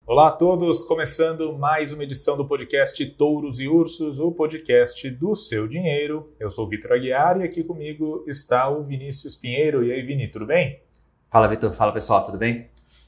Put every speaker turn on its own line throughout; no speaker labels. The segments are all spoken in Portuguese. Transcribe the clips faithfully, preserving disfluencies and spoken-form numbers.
Olá a todos, começando mais uma edição do podcast Touros e Ursos, o podcast do seu dinheiro. Eu sou o Vitor Aguiar e aqui comigo está o Vinícius Pinheiro. E aí, Vini, tudo bem?
Fala, Vitor. Fala, pessoal, tudo bem?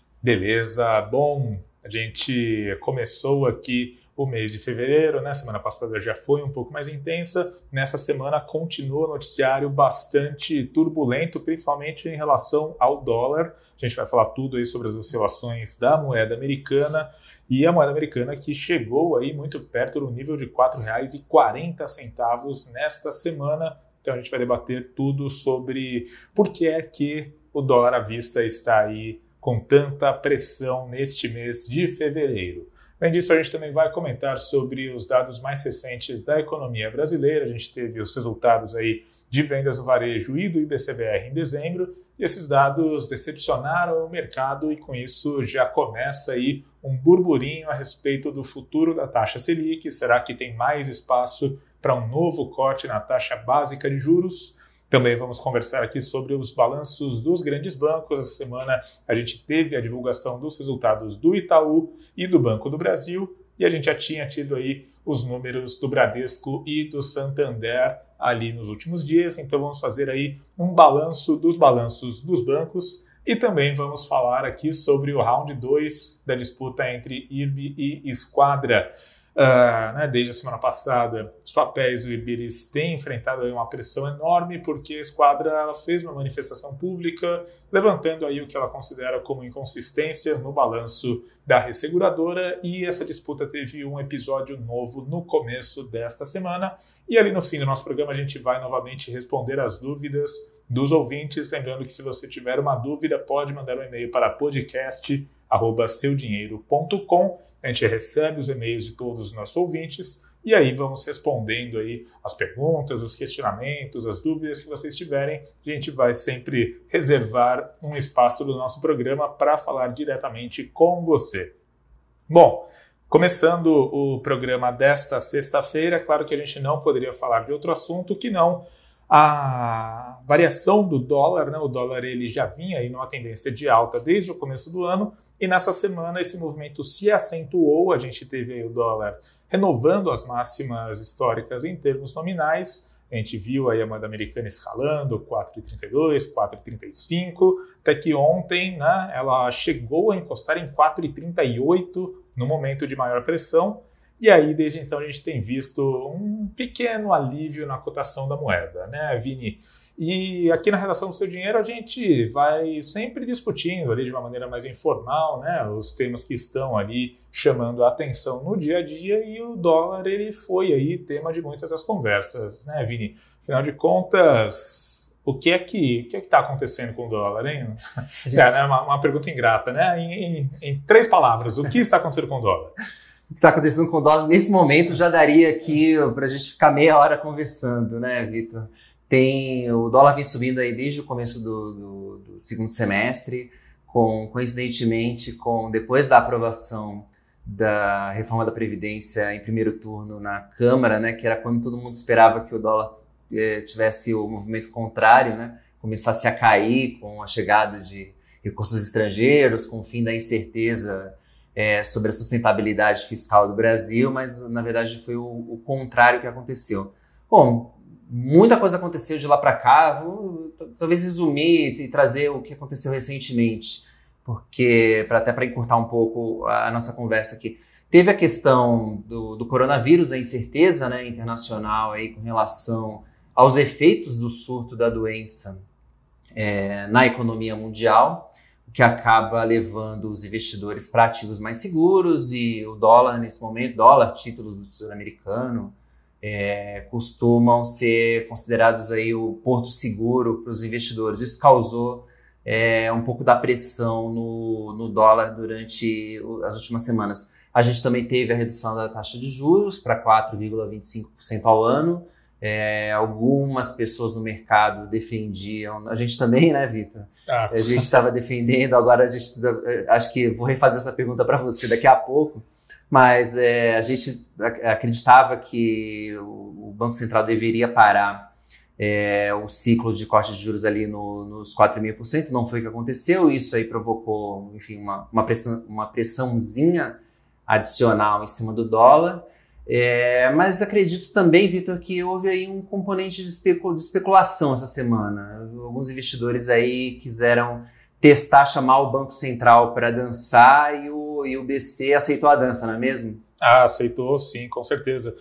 Beleza, bom, a gente começou aqui o mês de fevereiro, né? Semana passada já foi um pouco mais intensa. Nessa semana continua o noticiário bastante turbulento, principalmente em relação ao dólar. A gente vai falar tudo aí sobre as oscilações da moeda americana e a moeda americana que chegou aí muito perto do nível de quatro reais e quarenta centavos nesta semana. Então a gente vai debater tudo sobre por que é que o dólar à vista está aí com tanta pressão neste mês de fevereiro. Além disso, a gente também vai comentar sobre os dados mais recentes da economia brasileira. A gente teve os resultados aí de vendas no varejo e do I B C B R em dezembro, e esses dados decepcionaram o mercado e com isso já começa aí um burburinho a respeito do futuro da taxa Selic. Será que tem mais espaço para um novo corte na taxa básica de juros? Também vamos conversar aqui sobre os balanços dos grandes bancos. Essa semana a gente teve a divulgação dos resultados do Itaú e do Banco do Brasil, e a gente já tinha tido aí os números do Bradesco e do Santander ali nos últimos dias, então vamos fazer aí um balanço dos balanços dos bancos e também vamos falar aqui sobre o round dois da disputa entre I R B e Esquadra. Uh, né, desde a semana passada, os papéis do I R B eles têm enfrentado aí uma pressão enorme porque a Esquadra ela fez uma manifestação pública levantando aí o que ela considera como inconsistência no balanço da resseguradora, e essa disputa teve um episódio novo no começo desta semana, e ali no fim do nosso programa a gente vai novamente responder as dúvidas dos ouvintes, lembrando que se você tiver uma dúvida pode mandar um e-mail para podcast arroba seu dinheiro ponto com. A gente recebe os e-mails de todos os nossos ouvintes e aí vamos respondendo aí as perguntas, os questionamentos, as dúvidas que vocês tiverem. A gente vai sempre reservar um espaço do nosso programa para falar diretamente com você. Bom, começando o programa desta sexta-feira, claro que a gente não poderia falar de outro assunto que não a variação do dólar, né? O dólar ele já vinha aí numa tendência de alta desde o começo do ano, e nessa semana esse movimento se acentuou. A gente teve aí o dólar renovando as máximas históricas em termos nominais. A gente viu aí a moeda americana escalando quatro vírgula trinta e dois, quatro vírgula trinta e cinco, até que ontem, né, ela chegou a encostar em quatro vírgula trinta e oito no momento de maior pressão. E aí, desde então, a gente tem visto um pequeno alívio na cotação da moeda, né, Vini? E aqui na Redação do Seu Dinheiro a gente vai sempre discutindo ali de uma maneira mais informal, né, os temas que estão ali chamando a atenção no dia a dia, e o dólar ele foi aí tema de muitas das conversas, né, Vini? Afinal de contas, o que é que o que é que está acontecendo com o dólar, hein? Gente... É uma, uma pergunta ingrata, né? Em, em, em três palavras, o que está acontecendo com o dólar?
O que está acontecendo com o dólar nesse momento já daria aqui para a gente ficar meia hora conversando, né, Vitor? Tem, o dólar vem subindo aí desde o começo do, do, do segundo semestre, com, coincidentemente com depois da aprovação da reforma da Previdência em primeiro turno na Câmara, né, que era quando todo mundo esperava que o dólar eh, tivesse o movimento contrário, né, começasse a cair com a chegada de recursos estrangeiros, com o fim da incerteza É, sobre a sustentabilidade fiscal do Brasil, mas na verdade foi o, o contrário que aconteceu. Bom, muita coisa aconteceu de lá para cá. Vou talvez resumir e trazer o que aconteceu recentemente, porque pra, até para encurtar um pouco a, a nossa conversa aqui. Teve a questão do, do coronavírus, a incerteza, né, internacional aí, com relação aos efeitos do surto da doença é, na economia mundial, que acaba levando os investidores para ativos mais seguros, e o dólar nesse momento, dólar, títulos do Tesouro Americano, é, costumam ser considerados aí o porto seguro para os investidores. Isso causou é, um pouco da pressão no, no dólar durante as últimas semanas. A gente também teve a redução da taxa de juros para quatro vírgula vinte e cinco por cento ao ano. É, algumas pessoas no mercado defendiam, a gente também, né, Vitor? Ah. A gente estava defendendo, agora a gente, acho que vou refazer essa pergunta para você daqui a pouco, mas é, a gente acreditava que o Banco Central deveria parar é, o ciclo de corte de juros ali no, nos quatro vírgula cinco por cento, não foi o que aconteceu, isso aí provocou, enfim, uma, uma, pressão, uma pressãozinha adicional em cima do dólar, é, mas acredito também, Vitor, que houve aí um componente de, especu- de especulação essa semana. Alguns investidores aí quiseram testar, chamar o Banco Central para dançar e o, e o B C aceitou a dança, não é mesmo?
Ah, aceitou, sim, com certeza.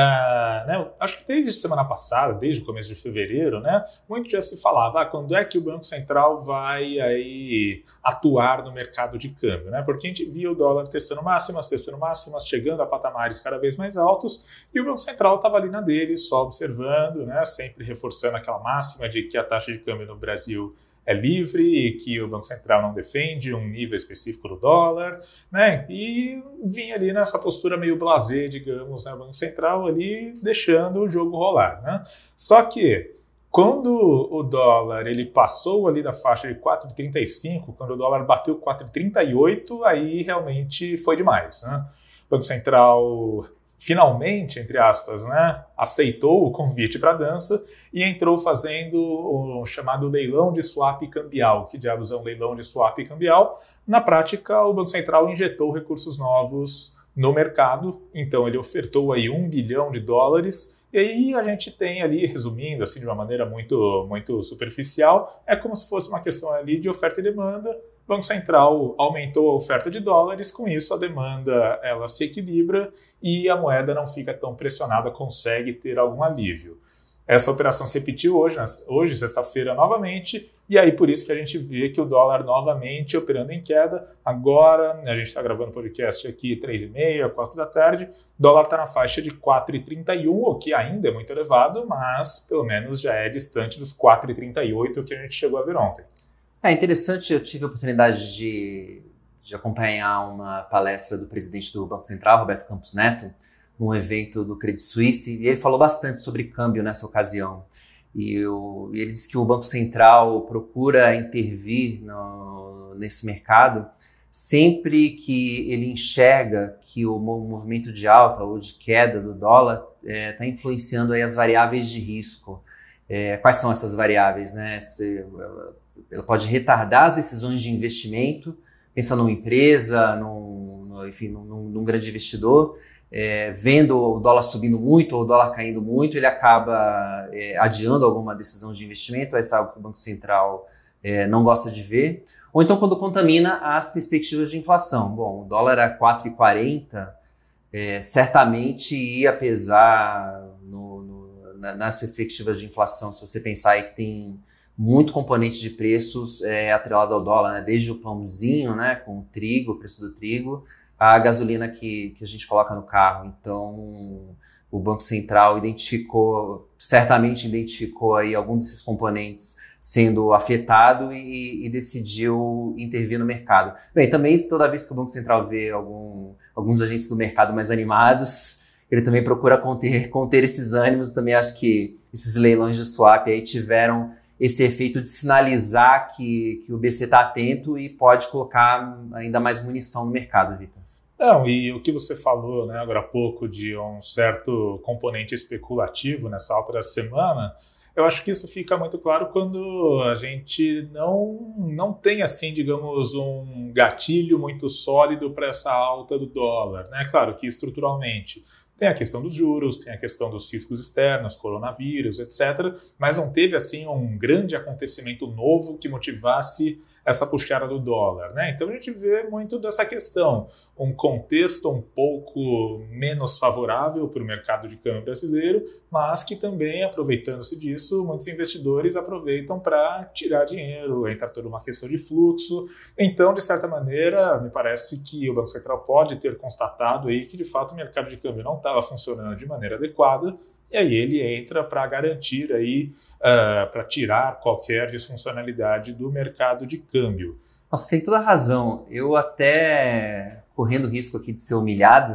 Ah, né, acho que desde semana passada, desde o começo de fevereiro, né, muito já se falava, ah, quando é que o Banco Central vai aí atuar no mercado de câmbio, né? Porque a gente via o dólar testando máximas, testando máximas, chegando a patamares cada vez mais altos, e o Banco Central estava ali na dele, só observando, né, sempre reforçando aquela máxima de que a taxa de câmbio no Brasil é livre e que o Banco Central não defende um nível específico do dólar, né? E vinha ali nessa postura meio blasé, digamos, né? O Banco Central ali deixando o jogo rolar, né? Só que quando o dólar ele passou ali da faixa de quatro vírgula trinta e cinco, quando o dólar bateu quatro vírgula trinta e oito, aí realmente foi demais, né? O Banco Central finalmente, entre aspas, né, aceitou o convite para a dança e entrou fazendo o chamado leilão de swap cambial. Que diabos é um leilão de swap cambial? Na prática, o Banco Central injetou recursos novos no mercado, então ele ofertou aí um bilhão de dólares, e aí a gente tem ali, resumindo assim de uma maneira muito, muito superficial, é como se fosse uma questão ali de oferta e demanda. O Banco Central aumentou a oferta de dólares, com isso a demanda ela se equilibra e a moeda não fica tão pressionada, consegue ter algum alívio. Essa operação se repetiu hoje, hoje sexta-feira, novamente, e aí por isso que a gente vê que o dólar novamente operando em queda. Agora, a gente está gravando o podcast aqui três e meia, quatro da tarde, o dólar está na faixa de quatro vírgula trinta e um, o que ainda é muito elevado, mas pelo menos já é distante dos quatro vírgula trinta e oito que a gente chegou a ver ontem.
É interessante, eu tive a oportunidade de, de acompanhar uma palestra do presidente do Banco Central, Roberto Campos Neto, num evento do Credit Suisse, e ele falou bastante sobre câmbio nessa ocasião. E, eu, e ele disse que o Banco Central procura intervir no, nesse mercado sempre que ele enxerga que o movimento de alta ou de queda do dólar está é, influenciando aí as variáveis de risco. É, quais são essas variáveis, né? Se, ela pode retardar as decisões de investimento, pensando numa empresa, num, no, enfim, num, num grande investidor, é, vendo o dólar subindo muito ou o dólar caindo muito, ele acaba é, adiando alguma decisão de investimento, essa é algo que o Banco Central é, não gosta de ver. Ou então quando contamina as perspectivas de inflação. Bom, o dólar a quatro vírgula quarenta é, certamente ia pesar no, no, na, nas perspectivas de inflação, se você pensar aí que tem muito componente de preços é, atrelado ao dólar, né? Desde o pãozinho, né, com o trigo, o preço do trigo, a gasolina que, que a gente coloca no carro. Então, o Banco Central identificou, certamente identificou aí algum desses componentes sendo afetado e, e decidiu intervir no mercado. Bem, também toda vez que o Banco Central vê algum, alguns agentes do mercado mais animados, ele também procura conter, conter esses ânimos. Eu também acho que esses leilões de swap aí tiveram esse efeito de sinalizar que, que o B C está atento e pode colocar ainda mais munição no mercado, Vitor.
Não, e o que você falou, né, agora há pouco de um certo componente especulativo nessa alta da semana, eu acho que isso fica muito claro quando a gente não, não tem, assim, digamos, um gatilho muito sólido para essa alta do dólar, né? Claro que estruturalmente tem a questão dos juros, tem a questão dos riscos externos, coronavírus, etcétera, mas não teve, assim, um grande acontecimento novo que motivasse essa puxada do dólar, né? Então a gente vê muito dessa questão, um contexto um pouco menos favorável para o mercado de câmbio brasileiro, mas que também, aproveitando-se disso, muitos investidores aproveitam para tirar dinheiro, entra toda uma questão de fluxo. Então, de certa maneira, me parece que o Banco Central pode ter constatado aí que, de fato, o mercado de câmbio não estava funcionando de maneira adequada, e aí ele entra para garantir aí, uh, para tirar qualquer disfuncionalidade do mercado de câmbio.
Nossa, tem toda a razão. Eu até, correndo o risco aqui de ser humilhado,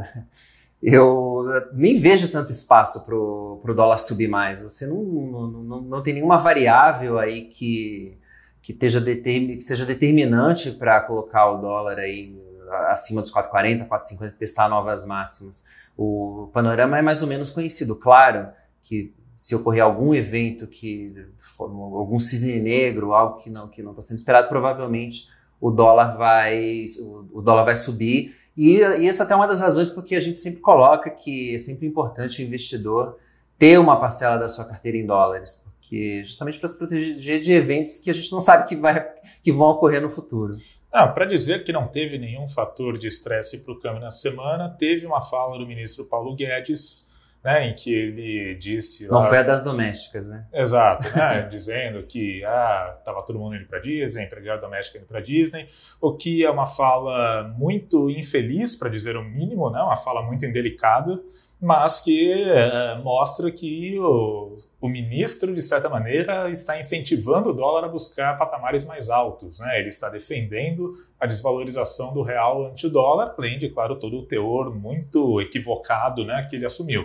eu nem vejo tanto espaço para o dólar subir mais. Você não, não, não, não tem nenhuma variável aí que, que, esteja determin, que seja determinante para colocar o dólar aí acima dos quatro vírgula quarenta, quatro vírgula cinquenta, testar novas máximas. O panorama é mais ou menos conhecido. Claro que se ocorrer algum evento que for algum cisne negro, algo que não que não está sendo esperado, provavelmente o dólar vai o, o dólar vai subir. E, e essa até é uma das razões porque a gente sempre coloca que é sempre importante o investidor ter uma parcela da sua carteira em dólares, porque justamente para se proteger de eventos que a gente não sabe que, vai, que vão ocorrer no futuro.
Ah, para dizer que não teve nenhum fator de estresse para o câmbio na semana, teve uma fala do ministro Paulo Guedes, né, em que ele disse...
Não
lá,
foi a das domésticas, né?
Exato, né, dizendo que estava ah, todo mundo indo para Disney, empregada doméstica indo para Disney, o que é uma fala muito infeliz, para dizer o mínimo, né, uma fala muito indelicada, mas que é, mostra que o, o ministro, de certa maneira, está incentivando o dólar a buscar patamares mais altos, né? Ele está defendendo a desvalorização do real ante o dólar, além de, claro, todo o teor muito equivocado, né, que ele assumiu.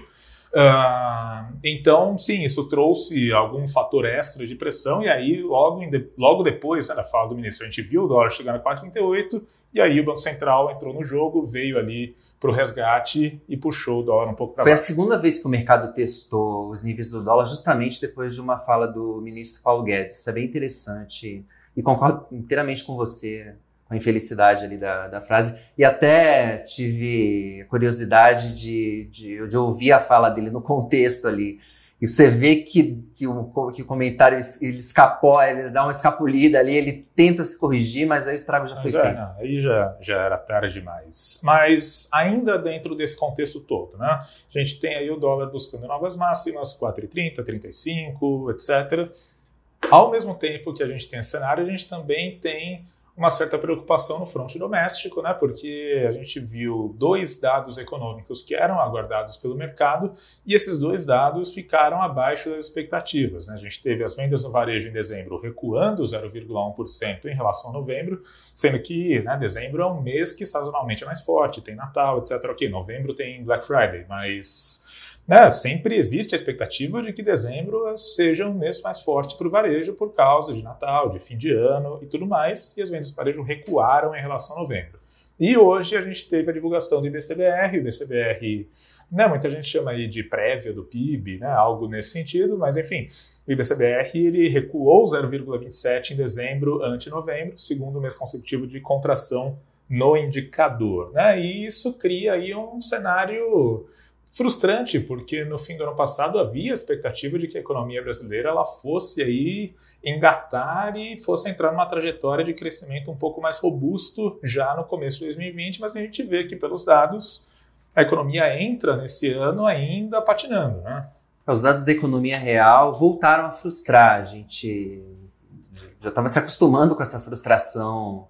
Uh, então, sim, isso trouxe algum fator extra de pressão, e aí, logo, de, logo depois, né, da fala do ministro, a gente viu o dólar chegar a quatro vírgula trinta e oito, e aí o Banco Central entrou no jogo, veio ali para o resgate e puxou o dólar um pouco para baixo.
Foi a segunda vez que o mercado testou os níveis do dólar, justamente depois de uma fala do ministro Paulo Guedes. Isso é bem interessante e concordo inteiramente com você, com a infelicidade ali da, da frase. E até tive curiosidade de, de, de ouvir a fala dele no contexto ali. E você vê que, que, o, que o comentário ele, ele escapou, ele dá uma escapulida ali, ele tenta se corrigir, mas aí o estrago já
mas
foi
é,
feito.
Não, aí já, já era tarde demais. Mas ainda dentro desse contexto todo, né? A gente tem aí o dólar buscando novas máximas, quatro vírgula trinta, trinta e cinco, etcétera. Ao mesmo tempo que a gente tem esse cenário, a gente também tem uma certa preocupação no fronte doméstico, né? Porque a gente viu dois dados econômicos que eram aguardados pelo mercado e esses dois dados ficaram abaixo das expectativas, né? A gente teve as vendas no varejo em dezembro recuando zero vírgula um por cento em relação a novembro, sendo que, né, dezembro é um mês que sazonalmente é mais forte, tem Natal, etcétera. Ok, novembro tem Black Friday, mas... Né, sempre existe a expectativa de que dezembro seja um mês mais forte para o varejo por causa de Natal, de fim de ano e tudo mais, e as vendas do varejo recuaram em relação a novembro. E hoje a gente teve a divulgação do I B C B R, o I B C B R, né, muita gente chama aí de prévia do P I B, né, algo nesse sentido, mas enfim, o I B C B R ele recuou zero vírgula vinte e sete em dezembro ante novembro, segundo mês consecutivo de contração no indicador, né, e isso cria aí um cenário frustrante, porque no fim do ano passado havia a expectativa de que a economia brasileira ela fosse aí engatar e fosse entrar numa trajetória de crescimento um pouco mais robusto já no começo de dois mil e vinte, mas a gente vê que pelos dados a economia entra nesse ano ainda patinando, né?
Os dados da economia real voltaram a frustrar, a gente já estava se acostumando com essa frustração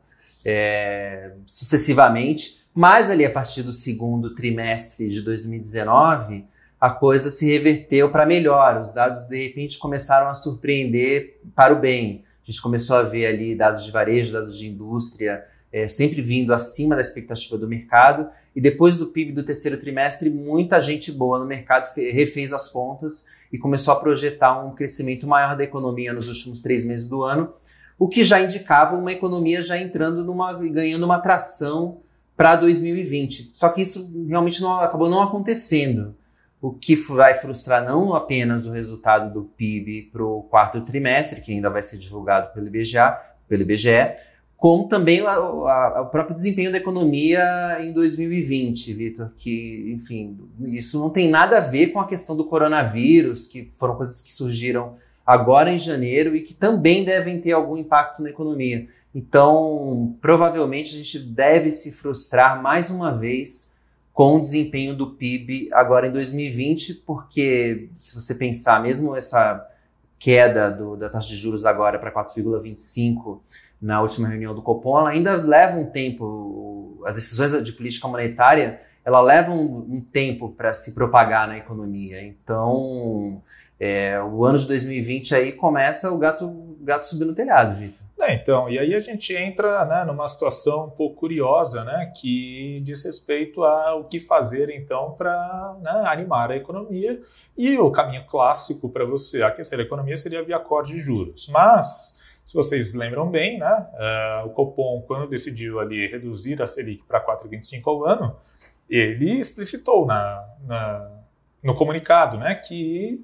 é, sucessivamente. Mas ali a partir do segundo trimestre de dois mil e dezenove, a coisa se reverteu para melhor. Os dados, de repente, começaram a surpreender para o bem. A gente começou a ver ali dados de varejo, dados de indústria, é, sempre vindo acima da expectativa do mercado. E depois do P I B do terceiro trimestre, muita gente boa no mercado refez as contas e começou a projetar um crescimento maior da economia nos últimos três meses do ano, o que já indicava uma economia já entrando numa, ganhando uma tração para dois mil e vinte. Só que isso realmente não, acabou não acontecendo. O que vai frustrar não apenas o resultado do P I B para o quarto trimestre, que ainda vai ser divulgado pelo I B G E, pelo I B G E, como também a, a, o próprio desempenho da economia em dois mil e vinte, Vitor, que, enfim, isso não tem nada a ver com a questão do coronavírus, que foram coisas que surgiram agora em janeiro e que também devem ter algum impacto na economia. Então, provavelmente a gente deve se frustrar mais uma vez com o desempenho do P I B agora em dois mil e vinte, porque se você pensar, mesmo essa queda do, da taxa de juros agora para quatro vírgula vinte e cinco na última reunião do Copom, ela ainda leva um tempo, as decisões de política monetária, ela levam um, um tempo para se propagar na economia. Então, é, o ano de dois mil e vinte aí começa o gato, o gato subir no telhado, Vitor.
É, então, e aí a gente entra, né, numa situação um pouco curiosa, né, que diz respeito ao que fazer, então, para, né, animar a economia. E o caminho clássico para você aquecer a economia seria via corte de juros. Mas, se vocês lembram bem, né, uh, o Copom, quando decidiu ali reduzir a Selic para quatro vírgula vinte e cinco ao ano, ele explicitou na, na, no comunicado, né, que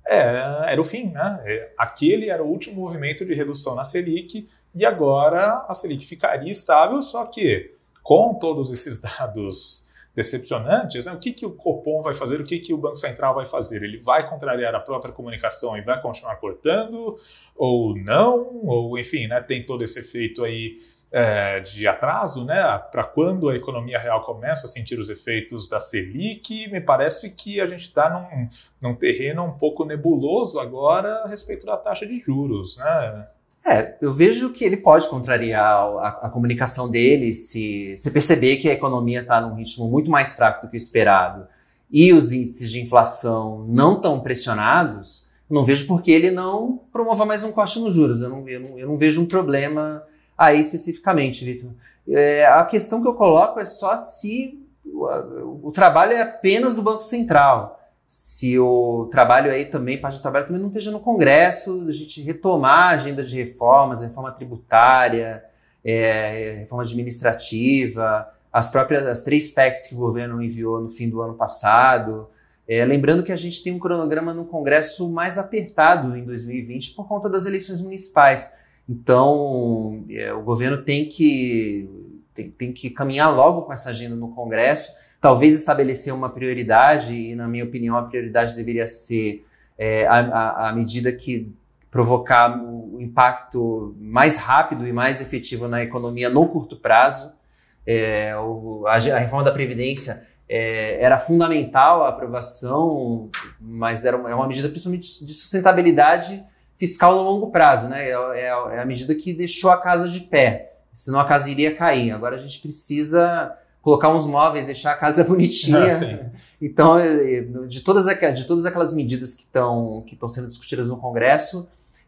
É, era o fim, né? Aquele era o último movimento de redução na Selic e agora a Selic ficaria estável, só que com todos esses dados decepcionantes, né, o que, que o Copom vai fazer, o que, que o Banco Central vai fazer? Ele vai contrariar a própria comunicação e vai continuar cortando ou não? Ou, enfim, né, tem todo esse efeito aí é, de atraso, né, para quando a economia real começa a sentir os efeitos da Selic. Me parece que a gente está num, num terreno um pouco nebuloso agora a respeito da taxa de juros, né?
É, eu vejo que ele pode contrariar a, a comunicação dele se, se perceber que a economia está num ritmo muito mais fraco do que o esperado e os índices de inflação não estão pressionados. Eu não vejo por que ele não promova mais um corte nos juros. Eu não, eu não, eu não vejo um problema aí especificamente, Vitor. É, a questão que eu coloco é só se o, o trabalho é apenas do Banco Central. Se o trabalho aí também, parte do trabalho também não esteja no Congresso, a gente retomar a agenda de reformas, reforma tributária, é, reforma administrativa, as próprias as três P E Cs que o governo enviou no fim do ano passado. É, lembrando que a gente tem um cronograma no Congresso mais apertado em dois mil e vinte por conta das eleições municipais. Então, é, o governo tem que, tem, tem que caminhar logo com essa agenda no Congresso, talvez estabelecer uma prioridade, e na minha opinião a prioridade deveria ser é, a, a, a medida que provocar o impacto mais rápido e mais efetivo na economia no curto prazo. É, o, a, a reforma da Previdência é, era fundamental a aprovação, mas era uma, é uma medida principalmente de sustentabilidade fiscal no longo prazo, né? É, é, é a medida que deixou a casa de pé, senão a casa iria cair. Agora a gente precisa colocar uns móveis, deixar a casa bonitinha. Ah, então, de todas, aquelas, de todas aquelas medidas que estão que estão sendo discutidas no Congresso,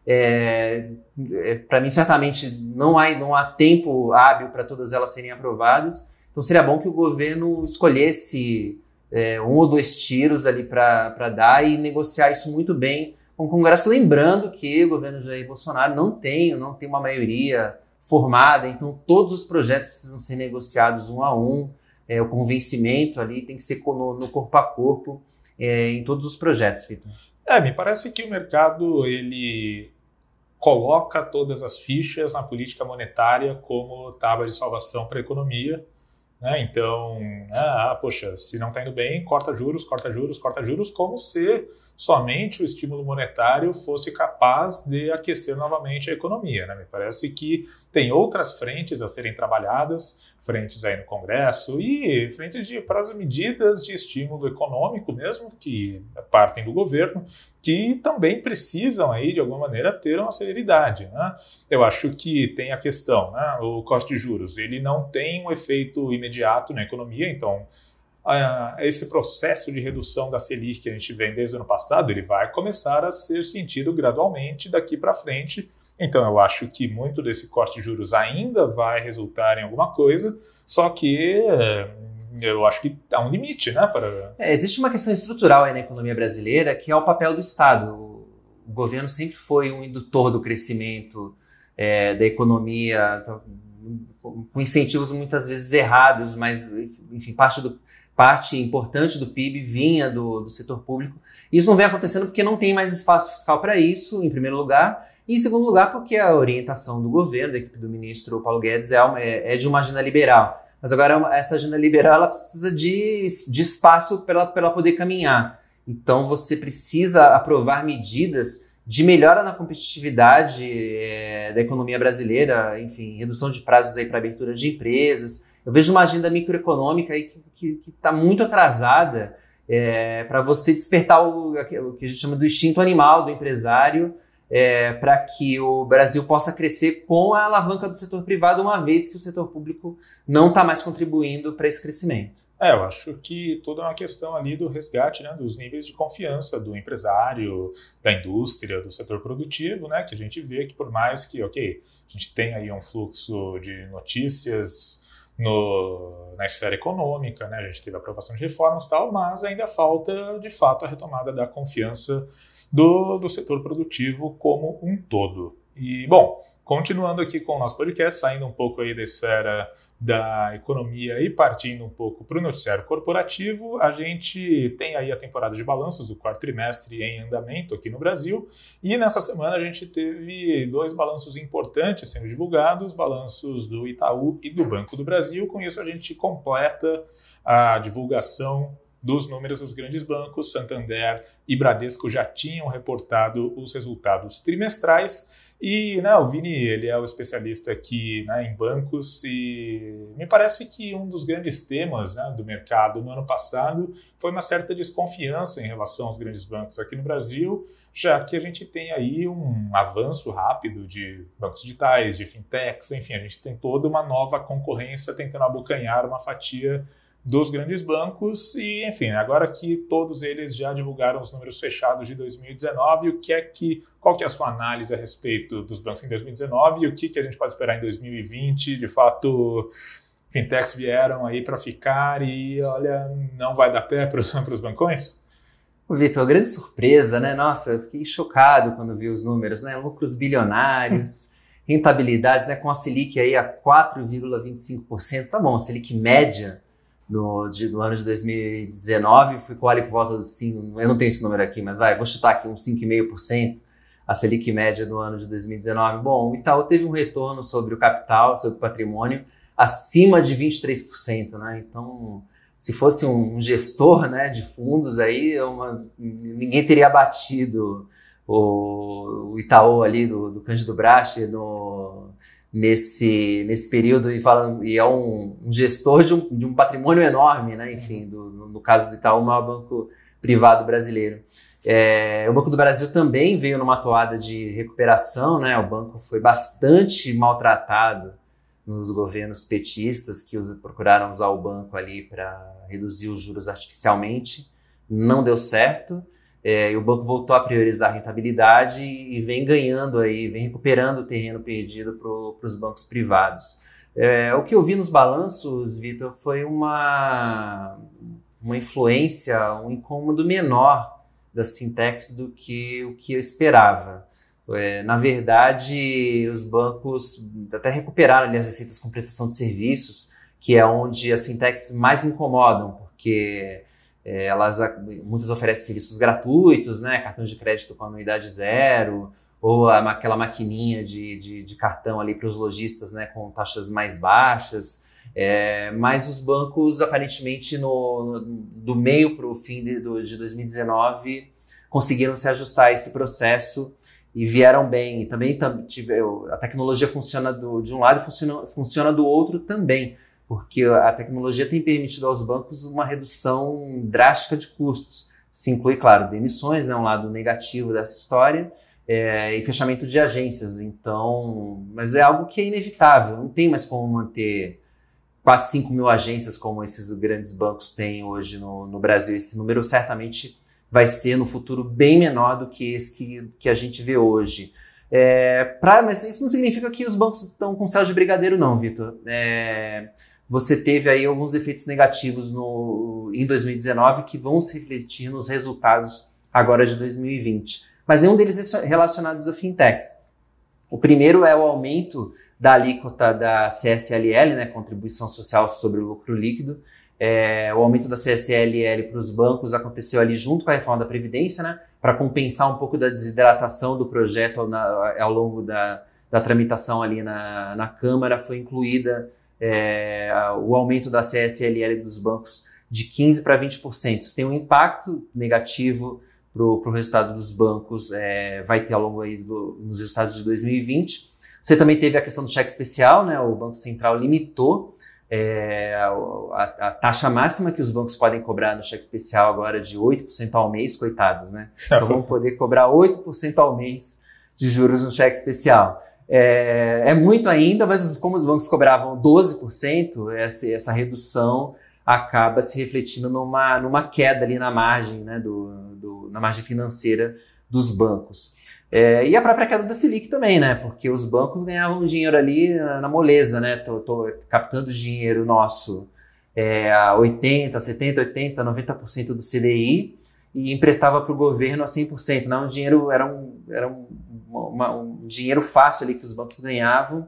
é, é, para mim, certamente, não há, não há tempo hábil para todas elas serem aprovadas. Então, seria bom que o governo escolhesse é, um ou dois tiros ali para dar e negociar isso muito bem com o Congresso. Lembrando que o governo Jair Bolsonaro não tem, não tem uma maioria formada, então todos os projetos precisam ser negociados um a um, é, o convencimento ali tem que ser no, no corpo a corpo é, em todos os projetos, Vitor.
É, me parece que o mercado ele coloca todas as fichas na política monetária como tábua de salvação para a economia, né? Então, ah, poxa, se não está indo bem, corta juros, corta juros, corta juros, como se somente o estímulo monetário fosse capaz de aquecer novamente a economia, né? Me parece que tem outras frentes a serem trabalhadas, frentes aí no Congresso e frentes de, para as medidas de estímulo econômico mesmo, que partem do governo, que também precisam aí, de alguma maneira, ter uma celeridade, né? Eu acho que tem a questão, né? O corte de juros, ele não tem um efeito imediato na economia, então Uh, esse processo de redução da Selic que a gente vem desde o ano passado, ele vai começar a ser sentido gradualmente daqui para frente. Então eu acho que muito desse corte de juros ainda vai resultar em alguma coisa, só que uh, eu acho que há um limite, né? Para...
É, existe uma questão estrutural aí na economia brasileira, que é o papel do Estado. O, o governo sempre foi um indutor do crescimento é, da economia, com incentivos muitas vezes errados, mas, enfim, parte do parte importante do P I B vinha do, do setor público. Isso não vem acontecendo porque não tem mais espaço fiscal para isso, em primeiro lugar, e em segundo lugar porque a orientação do governo, da equipe do ministro Paulo Guedes, é, uma, é, é de uma agenda liberal. Mas agora essa agenda liberal ela precisa de, de espaço para ela, ela poder caminhar. Então você precisa aprovar medidas de melhora na competitividade é, da economia brasileira, enfim, redução de prazos para abertura de empresas. Eu vejo uma agenda microeconômica aí que está muito atrasada é, para você despertar o, o que a gente chama do instinto animal do empresário é, para que o Brasil possa crescer com a alavanca do setor privado, uma vez que o setor público não está mais contribuindo para esse crescimento.
É, eu acho que toda é uma questão ali do resgate, né, dos níveis de confiança do empresário, da indústria, do setor produtivo, né, que a gente vê que por mais que, ok, a gente tem aí um fluxo de notícias No, na esfera econômica, né? A gente teve a aprovação de reformas e tal, mas ainda falta, de fato, a retomada da confiança do, do setor produtivo como um todo. E, bom, continuando aqui com o nosso podcast, saindo um pouco aí da esfera da economia e partindo um pouco para o noticiário corporativo, a gente tem aí a temporada de balanços, o quarto trimestre em andamento aqui no Brasil, e nessa semana a gente teve dois balanços importantes sendo divulgados, balanços do Itaú e do Banco do Brasil. Com isso a gente completa a divulgação dos números dos grandes bancos. Santander e Bradesco já tinham reportado os resultados trimestrais. E né, o Vini, ele é o especialista aqui né, em bancos e me parece que um dos grandes temas né, do mercado no ano passado foi uma certa desconfiança em relação aos grandes bancos aqui no Brasil, já que a gente tem aí um avanço rápido de bancos digitais, de fintechs, enfim, a gente tem toda uma nova concorrência tentando abocanhar uma fatia dos grandes bancos e, enfim, agora que todos eles já divulgaram os números fechados de dois mil e dezenove, o que é que, qual que é a sua análise a respeito dos bancos em dois mil e dezenove e o que, que a gente pode esperar em dois mil e vinte? De fato, fintechs vieram aí para ficar e, olha, não vai dar pé para os bancões?
Vitor, grande surpresa, né? Nossa, eu fiquei chocado quando vi os números, né? Lucros bilionários, rentabilidades, né? Com a Selic aí a quatro vírgula vinte e cinco por cento, tá bom, a Selic média No, de, no ano de dois mil e dezenove, ficou ali por volta dos cinco, eu não tenho esse número aqui, mas vai, vou chutar aqui uns cinco vírgula cinco por cento, a Selic média do ano de dois mil e dezenove. Bom, o Itaú teve um retorno sobre o capital, sobre o patrimônio, acima de vinte e três por cento, né? Então, se fosse um, um gestor né, de fundos aí, uma, ninguém teria batido o, o Itaú ali do, do Cândido Bracher no... Nesse, nesse período e, falando, e é um, um gestor de um, de um patrimônio enorme, né? Enfim, do, no, no caso do Itaú, o maior banco privado brasileiro. É, o Banco do Brasil também veio numa toada de recuperação, né? O banco foi bastante maltratado nos governos petistas que os, procuraram usar o banco ali para reduzir os juros artificialmente. Não deu certo. É, e o banco voltou a priorizar a rentabilidade e vem ganhando aí, vem recuperando o terreno perdido para os bancos privados. É, o que eu vi nos balanços, Vitor, foi uma, uma influência, um incômodo menor das fintechs do que o que eu esperava. É, na verdade, os bancos até recuperaram ali as receitas com prestação de serviços, que é onde as fintechs mais incomodam, porque É, elas, muitas oferecem serviços gratuitos, né? Cartão de crédito com anuidade zero, ou a, aquela maquininha de, de, de cartão ali para os lojistas, né? Com taxas mais baixas. É, mas os bancos, aparentemente, no, no, do meio para o fim de, do, de dois mil e dezenove, conseguiram se ajustar a esse processo e vieram bem. E também tive, a tecnologia funciona do, de um lado e funciona, funciona do outro também, porque a tecnologia tem permitido aos bancos uma redução drástica de custos. Isso inclui, claro, demissões, né, um lado negativo dessa história, é, e fechamento de agências. Então, mas é algo que é inevitável, não tem mais como manter quatro, cinco mil agências como esses grandes bancos têm hoje no, no Brasil. Esse número certamente vai ser no futuro bem menor do que esse que, que a gente vê hoje. É, pra, mas isso não significa que os bancos estão com céu de brigadeiro, não, Vitor. É, você teve aí alguns efeitos negativos no, em dois mil e dezenove que vão se refletir nos resultados agora de dois mil e vinte. Mas nenhum deles é relacionados a fintechs. O primeiro é o aumento da alíquota da C S L L, né, Contribuição Social sobre o Lucro Líquido. É, o aumento da C S L L para os bancos aconteceu ali junto com a reforma da Previdência, né, para compensar um pouco da desidratação do projeto ao, na, ao longo da, da tramitação ali na, na Câmara. Foi incluída é, o aumento da C S L L dos bancos de quinze por cento para vinte por cento. Isso tem um impacto negativo para o resultado dos bancos, é, vai ter ao longo aí do, nos resultados de dois mil e vinte. Você também teve a questão do cheque especial, né? O Banco Central limitou é, a, a taxa máxima que os bancos podem cobrar no cheque especial agora de oito por cento ao mês, coitados, né? Só vão poder cobrar oito por cento ao mês de juros no cheque especial. É, é muito ainda, mas como os bancos cobravam doze por cento, essa, essa redução acaba se refletindo numa, numa queda ali na margem, né, do, do, na margem financeira dos bancos. É, e a própria queda da Selic também, né, porque os bancos ganhavam dinheiro ali na, na moleza, né, tô, tô captando dinheiro nosso é, a oitenta, setenta, oitenta, noventa por cento do C D I e emprestava para o governo a cem por cento. Não, o dinheiro era, um, era um, uma, um dinheiro fácil ali que os bancos ganhavam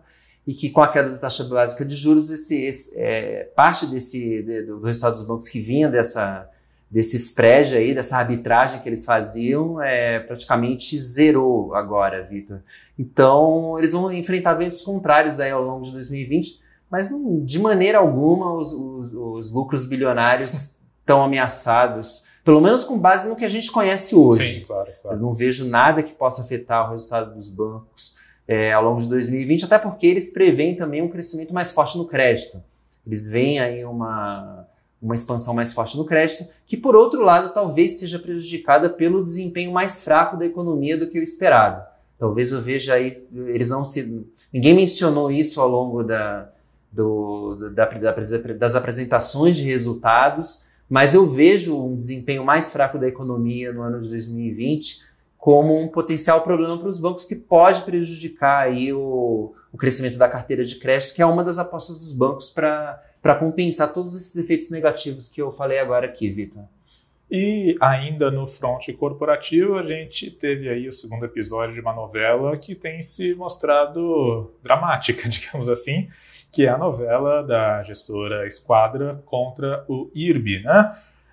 e que com a queda da taxa básica de juros, esse, esse, é, parte desse, de, do resultado dos bancos que vinha dessa, desse spread aí, dessa arbitragem que eles faziam, é, praticamente zerou agora, Vitor. Então, eles vão enfrentar ventos contrários aí ao longo de dois mil e vinte, mas não, de maneira alguma os, os, os lucros bilionários estão ameaçados, pelo menos com base no que a gente conhece hoje.
Sim, claro, claro.
Eu não vejo nada que possa afetar o resultado dos bancos é, ao longo de dois mil e vinte, até porque eles preveem também um crescimento mais forte no crédito. Eles veem aí uma, uma expansão mais forte no crédito, que, por outro lado, talvez seja prejudicada pelo desempenho mais fraco da economia do que o esperado. Talvez eu veja aí, eles não se... Ninguém mencionou isso ao longo da, do, da, da, das apresentações de resultados, mas eu vejo um desempenho mais fraco da economia no ano de dois mil e vinte como um potencial problema para os bancos que pode prejudicar aí o, o crescimento da carteira de crédito, que é uma das apostas dos bancos para compensar todos esses efeitos negativos que eu falei agora aqui, Vitor.
E ainda no fronte corporativo, a gente teve aí o segundo episódio de uma novela que tem se mostrado dramática, digamos assim, que é a novela da gestora Esquadra contra o I R B, né?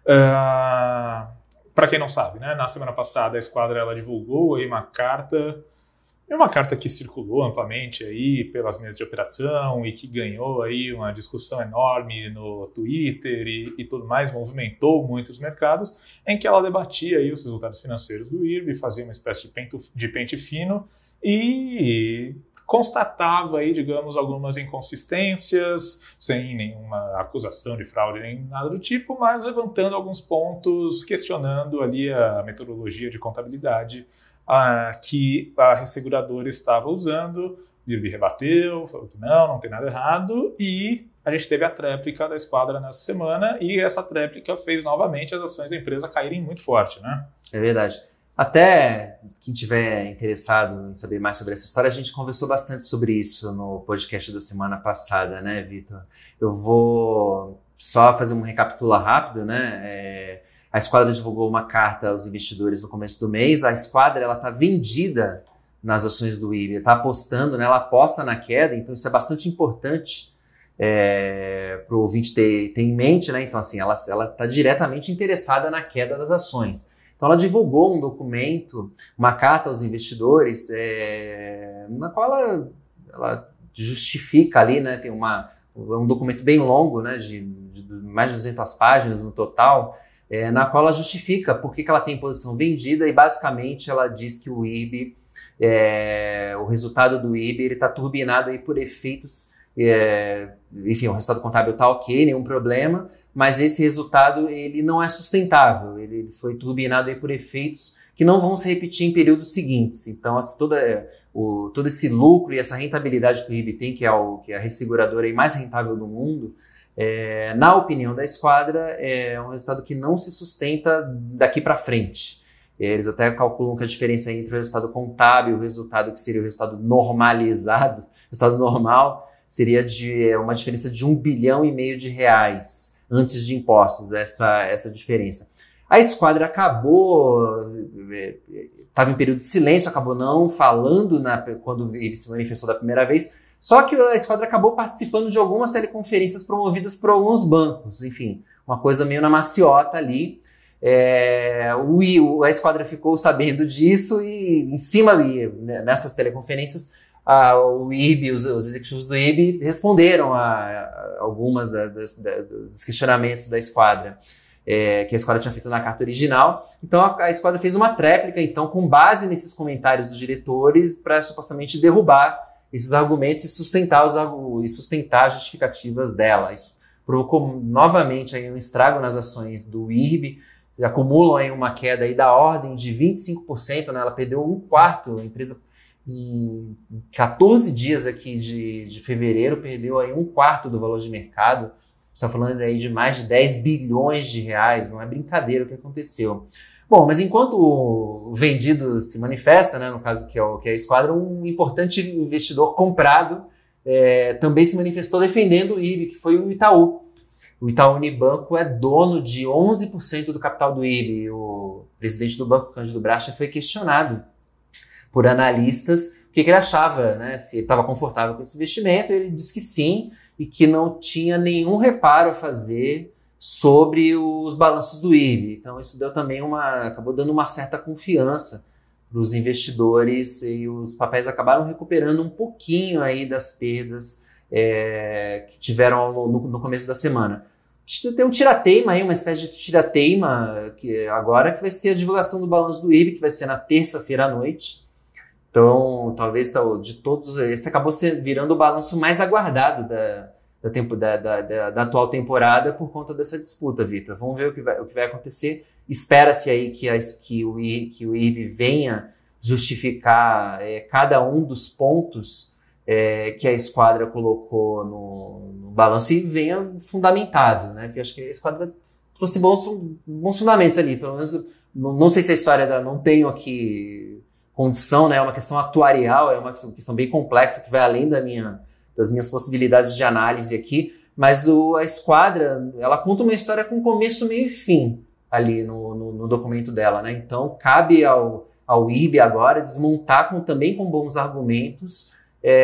Uh, Para quem não sabe, né? Na semana passada a Esquadra ela divulgou aí uma carta, uma carta que circulou amplamente aí pelas mesas de operação e que ganhou aí uma discussão enorme no Twitter e, e tudo mais, movimentou muitos mercados, em que ela debatia aí os resultados financeiros do I R B, fazia uma espécie de, pento, de pente fino e constatava aí, digamos, algumas inconsistências, sem nenhuma acusação de fraude nem nada do tipo, mas levantando alguns pontos, questionando ali a metodologia de contabilidade ah, que a resseguradora estava usando. O I R B rebateu, falou que não, não tem nada errado, e a gente teve a tréplica da Esquadra nessa semana, e essa tréplica fez novamente as ações da empresa caírem muito forte, né?
É verdade. Até quem tiver interessado em saber mais sobre essa história, a gente conversou bastante sobre isso no podcast da semana passada, né, Vitor? Eu vou só fazer um recapitular rápido, né? É, a Esquadra divulgou uma carta aos investidores no começo do mês. A Esquadra ela está vendida nas ações do I R B, está apostando, né? Ela aposta na queda, então isso é bastante importante é, para o ouvinte ter, ter em mente, né? Então, assim, ela está diretamente interessada na queda das ações. Então, ela divulgou um documento, uma carta aos investidores, é, na qual ela, ela justifica ali, né, tem uma, um documento bem longo, né, de, de mais de duzentas páginas no total, é, na qual ela justifica por que, que ela tem posição vendida e, basicamente, ela diz que o I R B, é, o resultado do I R B está turbinado aí por efeitos, é, enfim, o resultado contábil está ok, nenhum problema, mas esse resultado ele não é sustentável, ele foi turbinado aí por efeitos que não vão se repetir em períodos seguintes. Então, assim, toda, o, todo esse lucro e essa rentabilidade que o I R B tem, que é, o, que é a resseguradora aí mais rentável do mundo, é, na opinião da Esquadra, é um resultado que não se sustenta daqui para frente. Eles até calculam que a diferença entre o resultado contábil e o resultado que seria o resultado normalizado, o resultado normal, seria de uma diferença de um bilhão e meio de reais antes de impostos, essa, essa diferença. A Esquadra acabou, estava em período de silêncio, acabou não falando na, quando ele se manifestou da primeira vez, só que a Esquadra acabou participando de algumas teleconferências promovidas por alguns bancos, enfim, uma coisa meio na maciota ali. É, o, a Esquadra ficou sabendo disso e em cima ali, nessas teleconferências, Ah, o I R B, os, os executivos do I R B responderam a, a algumas da, das, da, dos questionamentos da Esquadra, é, que a Esquadra tinha feito na carta original. Então a, a Esquadra fez uma tréplica, então, com base nesses comentários dos diretores, para supostamente derrubar esses argumentos e sustentar, os, e sustentar as justificativas dela. Isso provocou novamente aí um estrago nas ações do I R B, acumulam aí uma queda aí da ordem de vinte e cinco por cento, né? Ela perdeu um quarto, a empresa em quatorze dias aqui de, de fevereiro, perdeu aí um quarto do valor de mercado. Está falando aí de mais de dez bilhões de reais, não é brincadeira o que aconteceu. Bom, mas enquanto o vendido se manifesta, né, no caso que é, o, que é a Esquadra, um importante investidor comprado é, também se manifestou defendendo o I R B, que foi o Itaú. O Itaú Unibanco é dono de onze por cento do capital do I R B. O presidente do banco, Cândido Bracha, foi questionado por analistas que, que ele achava, né? Se ele estava confortável com esse investimento. Ele disse que sim, e que não tinha nenhum reparo a fazer sobre os balanços do I R B. Então isso deu também uma, acabou dando uma certa confiança para os investidores, e os papéis acabaram recuperando um pouquinho aí das perdas é, que tiveram no, no começo da semana. Tem um tirateima aí, uma espécie de tirateima que agora, que vai ser a divulgação do balanço do I R B, que vai ser na terça-feira à noite. Então, talvez de todos, esse acabou virando o balanço mais aguardado da, da, tempo, da, da, da, da atual temporada por conta dessa disputa, Vitor. Vamos ver o que vai, o que vai acontecer. Espera-se aí que, a, que, o, que o I R B venha justificar é, cada um dos pontos é, que a esquadra colocou no, no balanço e venha fundamentado, né? Porque acho que a esquadra trouxe bons, bons fundamentos ali. Pelo menos, não, não sei se a história da, não tenho aqui condição, né? É uma questão atuarial, é uma questão bem complexa que vai além da minha, das minhas possibilidades de análise aqui, mas o, a esquadra, ela conta uma história com começo, meio e fim ali no, no, no documento dela, né? Então cabe ao, ao I R B agora desmontar com, também com bons argumentos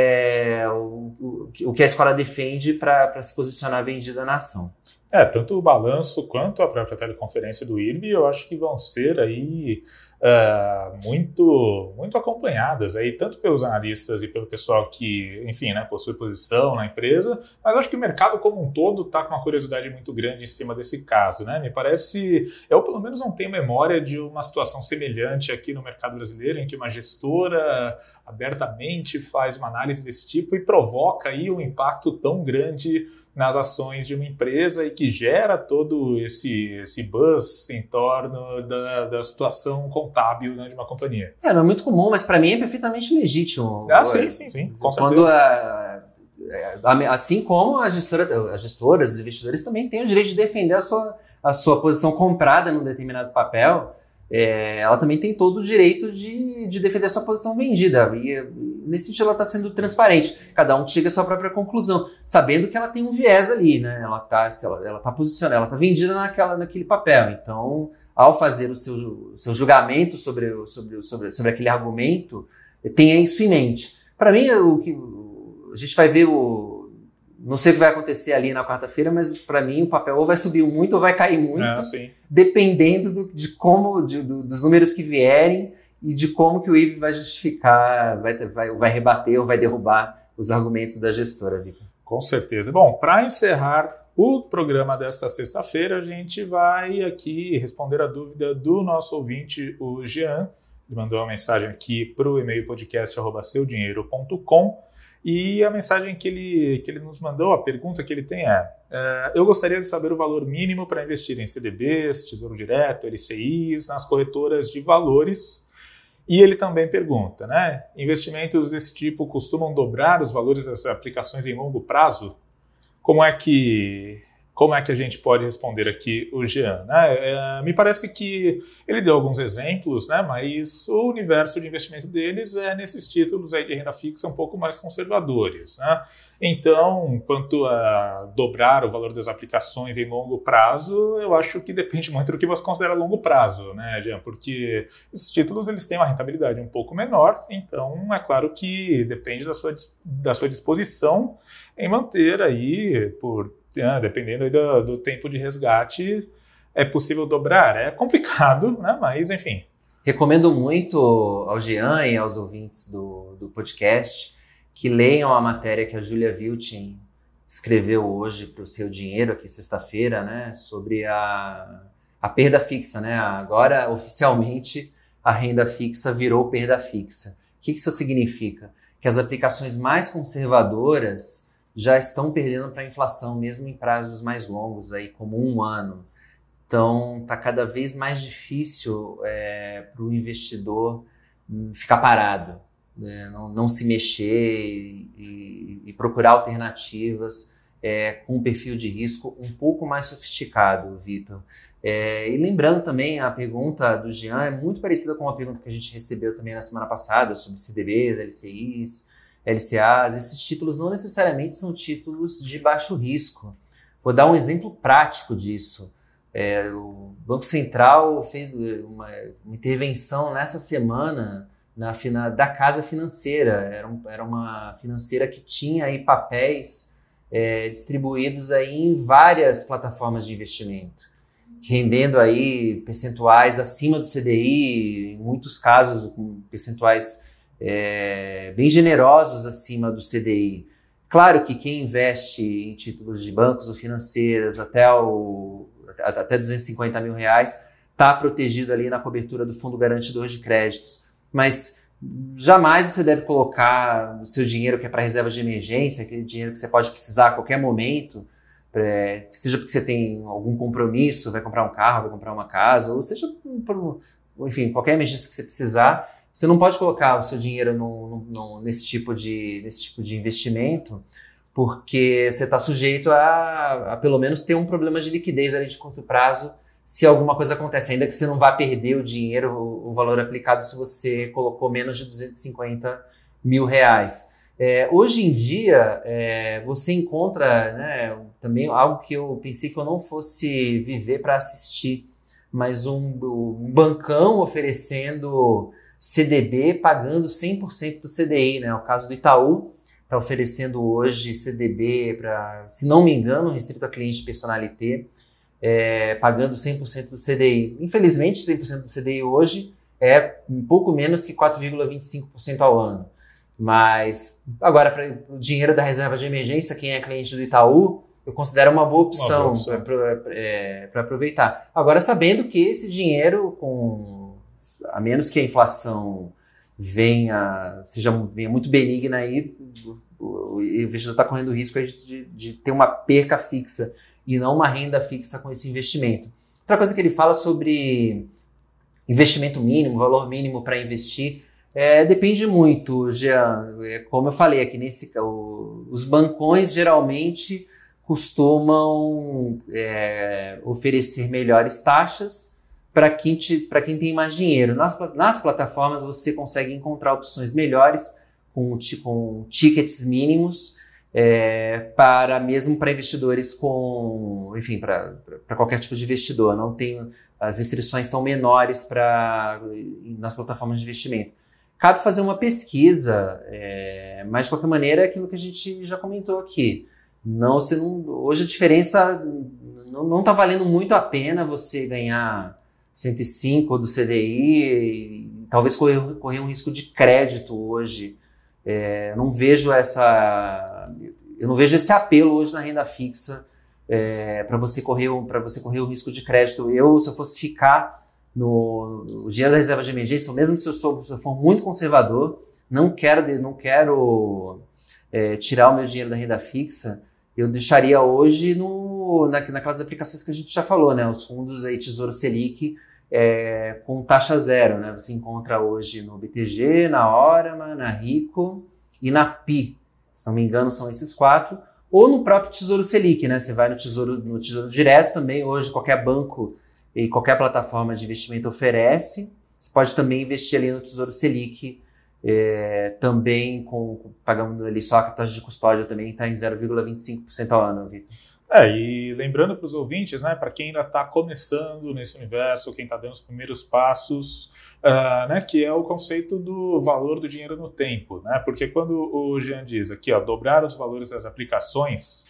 é, o, o, o que a esquadra defende para se posicionar vendida na ação.
É, tanto o balanço quanto a própria teleconferência do I R B, eu acho que vão ser aí uh, muito, muito acompanhadas aí, tanto pelos analistas e pelo pessoal que, enfim, né, possui posição na empresa, mas acho que o mercado como um todo está com uma curiosidade muito grande em cima desse caso, né? Me parece, eu pelo menos não tenho memória de uma situação semelhante aqui no mercado brasileiro, em que uma gestora abertamente faz uma análise desse tipo e provoca aí um impacto tão grande nas ações de uma empresa e que gera todo esse, esse buzz em torno da, da situação contábil, né, de uma companhia.
É, não é muito comum, mas para mim é perfeitamente legítimo.
Ah, sim, sim, sim. Com
Quando a, a, assim como a gestora, as gestoras, os investidores também têm o direito de defender a sua, a sua posição comprada num determinado papel, é, ela também tem todo o direito de, de defender a sua posição vendida. E nesse sentido ela está sendo transparente. Cada um chega à sua própria conclusão, sabendo que ela tem um viés ali, né? Ela está ela, ela tá posicionada, ela está vendida naquela, naquele papel. Então, ao fazer o seu, o seu julgamento sobre, sobre, sobre, sobre aquele argumento, tenha isso em mente. Para mim, o que a gente vai ver o não sei o que vai acontecer ali na quarta-feira, mas para mim o papel ou vai subir muito ou vai cair muito,
é,
dependendo do, de como, de, do, dos números que vierem e de como que o I R B vai justificar, vai, vai, vai rebater ou vai derrubar os argumentos da gestora, Vitor.
Com certeza. Bom, para encerrar o programa desta sexta-feira, a gente vai aqui responder a dúvida do nosso ouvinte, o Jean. Ele mandou uma mensagem aqui para o e-mail podcast arroba seu dinheiro ponto com. E a mensagem que ele, que ele nos mandou, a pergunta que ele tem é, é eu gostaria de saber o valor mínimo para investir em C D Bs, Tesouro Direto, L C Is, nas corretoras de valores. E ele também pergunta, né, investimentos desse tipo costumam dobrar os valores das aplicações em longo prazo? Como é que... Como é que a gente pode responder aqui o Jean? Né? É, me parece que ele deu alguns exemplos, né? Mas o universo de investimento deles é nesses títulos aí de renda fixa um pouco mais conservadores. Né? Então, quanto a dobrar o valor das aplicações em longo prazo, eu acho que depende muito do que você considera longo prazo, né, Jean? Porque esses títulos eles têm uma rentabilidade um pouco menor, então é claro que depende da sua, da sua disposição em manter aí por... Ah, dependendo aí do, do tempo de resgate, é possível dobrar. É complicado, né? Mas enfim.
Recomendo muito ao Jean e aos ouvintes do, do podcast que leiam a matéria que a Julia Vilchen escreveu hoje para o Seu Dinheiro, aqui sexta-feira, né? Sobre a, a perda fixa, né? Agora, oficialmente, a renda fixa virou perda fixa. O que isso significa? Que as aplicações mais conservadoras já estão perdendo para a inflação, mesmo em prazos mais longos, aí, como um ano. Então, está cada vez mais difícil é, para o investidor ficar parado, né? não, não se mexer e, e, e procurar alternativas é, com um perfil de risco um pouco mais sofisticado, Vitor. É, e lembrando também, a pergunta do Jean é muito parecida com a pergunta que a gente recebeu também na semana passada sobre C D Bs, L C Is, L C As. Esses títulos não necessariamente são títulos de baixo risco. Vou dar um exemplo prático disso. É, o Banco Central fez uma, uma intervenção nessa semana na, na, da casa financeira. Era, um, era uma financeira que tinha aí papéis é, distribuídos aí em várias plataformas de investimento, rendendo aí percentuais acima do C D I, em muitos casos com percentuais é, bem generosos acima do C D I. Claro que quem investe em títulos de bancos ou financeiras até, o, até duzentos e cinquenta mil reais está protegido ali na cobertura do Fundo Garantidor de Créditos, mas jamais você deve colocar o seu dinheiro que é para reserva de emergência, aquele dinheiro que você pode precisar a qualquer momento, é, seja porque você tem algum compromisso, vai comprar um carro, vai comprar uma casa, ou seja, por, enfim, qualquer emergência que você precisar, você não pode colocar o seu dinheiro no, no, nesse, tipo de, nesse tipo de investimento, porque você está sujeito a, a pelo menos ter um problema de liquidez ali de curto prazo, se alguma coisa acontece, ainda que você não vá perder o dinheiro, o, o valor aplicado se você colocou menos de duzentos e cinquenta mil reais. É, hoje em dia, é, você encontra, né, também algo que eu pensei que eu não fosse viver para assistir, mas um, um bancão oferecendo C D B pagando cem por cento do C D I, né? O caso do Itaú está oferecendo hoje C D B para, se não me engano, restrito a cliente personalité, é, pagando cem por cento do C D I. Infelizmente, cem por cento do C D I hoje é um pouco menos que quatro vírgula vinte e cinco por cento ao ano. Mas, agora, para o dinheiro da reserva de emergência, quem é cliente do Itaú, eu considero uma boa opção para é, aproveitar. Agora, sabendo que esse dinheiro, com, a menos que a inflação venha, seja, venha muito benigna, aí, o, o investidor está correndo o risco de, de, de ter uma perca fixa e não uma renda fixa com esse investimento. Outra coisa que ele fala sobre investimento mínimo, valor mínimo para investir, é, depende muito, Jean. É, como eu falei aqui, nesse, o, os bancões geralmente costumam é, oferecer melhores taxas para quem, te, para quem tem mais dinheiro. Nas, nas plataformas você consegue encontrar opções melhores com, com tickets mínimos, É, para mesmo para investidores com, enfim, para qualquer tipo de investidor. Não tem, as restrições são menores para nas plataformas de investimento. Cabe fazer uma pesquisa, é, mas de qualquer maneira é aquilo que a gente já comentou aqui. Não, você não, hoje a diferença não está valendo muito a pena você ganhar cento e cinco do C D I e talvez correr, correr um risco de crédito hoje. É, não vejo essa, eu não vejo esse apelo hoje na renda fixa é, para você correr, para você correr o risco de crédito. Eu, se eu fosse ficar no, no dinheiro da reserva de emergência, ou mesmo se eu, sou, se eu for muito conservador, não quero, não quero é, tirar o meu dinheiro da renda fixa, eu deixaria hoje no, na, naquelas aplicações que a gente já falou, né? Os fundos aí, Tesouro Selic, É, com taxa zero, né? Você encontra hoje no B T G, na Orama, na Rico e na P I. Se não me engano, são esses quatro. Ou no próprio Tesouro Selic, né? Você vai no Tesouro, no Tesouro Direto também. Hoje, qualquer banco e qualquer plataforma de investimento oferece. Você pode também investir ali no Tesouro Selic, é, também com, pagando ali só a taxa de custódia também está em zero vírgula vinte e cinco por cento ao ano, Vitor.
É, e lembrando para os ouvintes, né, para quem ainda está começando nesse universo, quem está dando os primeiros passos, uh, né, que é o conceito do valor do dinheiro no tempo, né, porque quando o Jean diz aqui, ó, dobrar os valores das aplicações,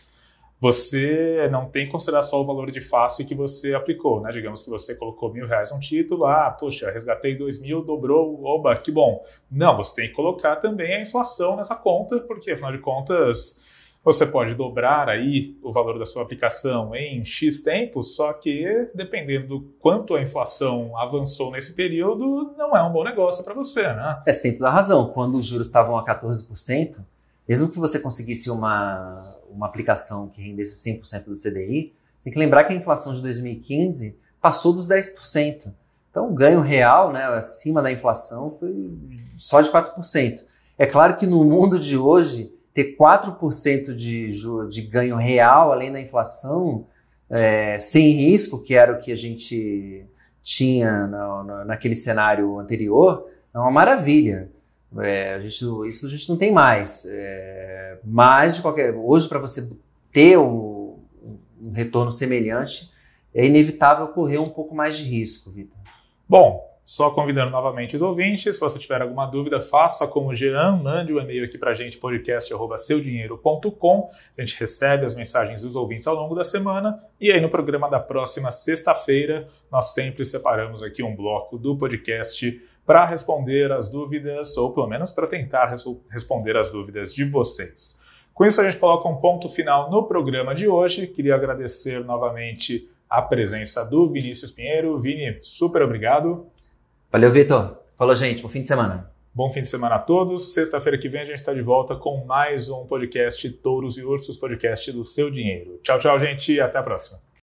você não tem que considerar só o valor de face que você aplicou, né, digamos que você colocou mil reais num título, ah, poxa, resgatei dois mil, dobrou, oba, que bom. Não, você tem que colocar também a inflação nessa conta, porque afinal de contas você pode dobrar aí o valor da sua aplicação em X tempo, só que dependendo do quanto a inflação avançou nesse período, não é um bom negócio para você, né?
É, você tem toda a razão. Quando os juros estavam a quatorze por cento, mesmo que você conseguisse uma, uma aplicação que rendesse cem por cento do C D I, tem que lembrar que a inflação de dois mil e quinze passou dos dez por cento. Então o ganho real, né, acima da inflação foi só de quatro por cento. É claro que no mundo de hoje, ter quatro por cento de, de ganho real, além da inflação, é, sem risco, que era o que a gente tinha na, na, naquele cenário anterior, é uma maravilha. É, a gente, isso a gente não tem mais. É, mas, de qualquer, hoje, para você ter um, um retorno semelhante, é inevitável correr um pouco mais de risco, Vitor.
Bom, Só convidando novamente os ouvintes, se você tiver alguma dúvida, faça como o Jean, mande um e-mail aqui para a gente, podcast arroba seu dinheiro ponto com. A gente recebe as mensagens dos ouvintes ao longo da semana e aí no programa da próxima sexta-feira nós sempre separamos aqui um bloco do podcast para responder as dúvidas, ou pelo menos para tentar res- responder as dúvidas de vocês. Com isso a gente coloca um ponto final no programa de hoje. Queria agradecer novamente a presença do Vinícius Pinheiro. Vini, super obrigado.
Valeu, Vitor. Falou, gente. Bom fim de semana.
Bom fim de semana a todos. Sexta-feira que vem a gente está de volta com mais um podcast Touros e Ursos, podcast do Seu Dinheiro. Tchau, tchau, gente. E até a próxima.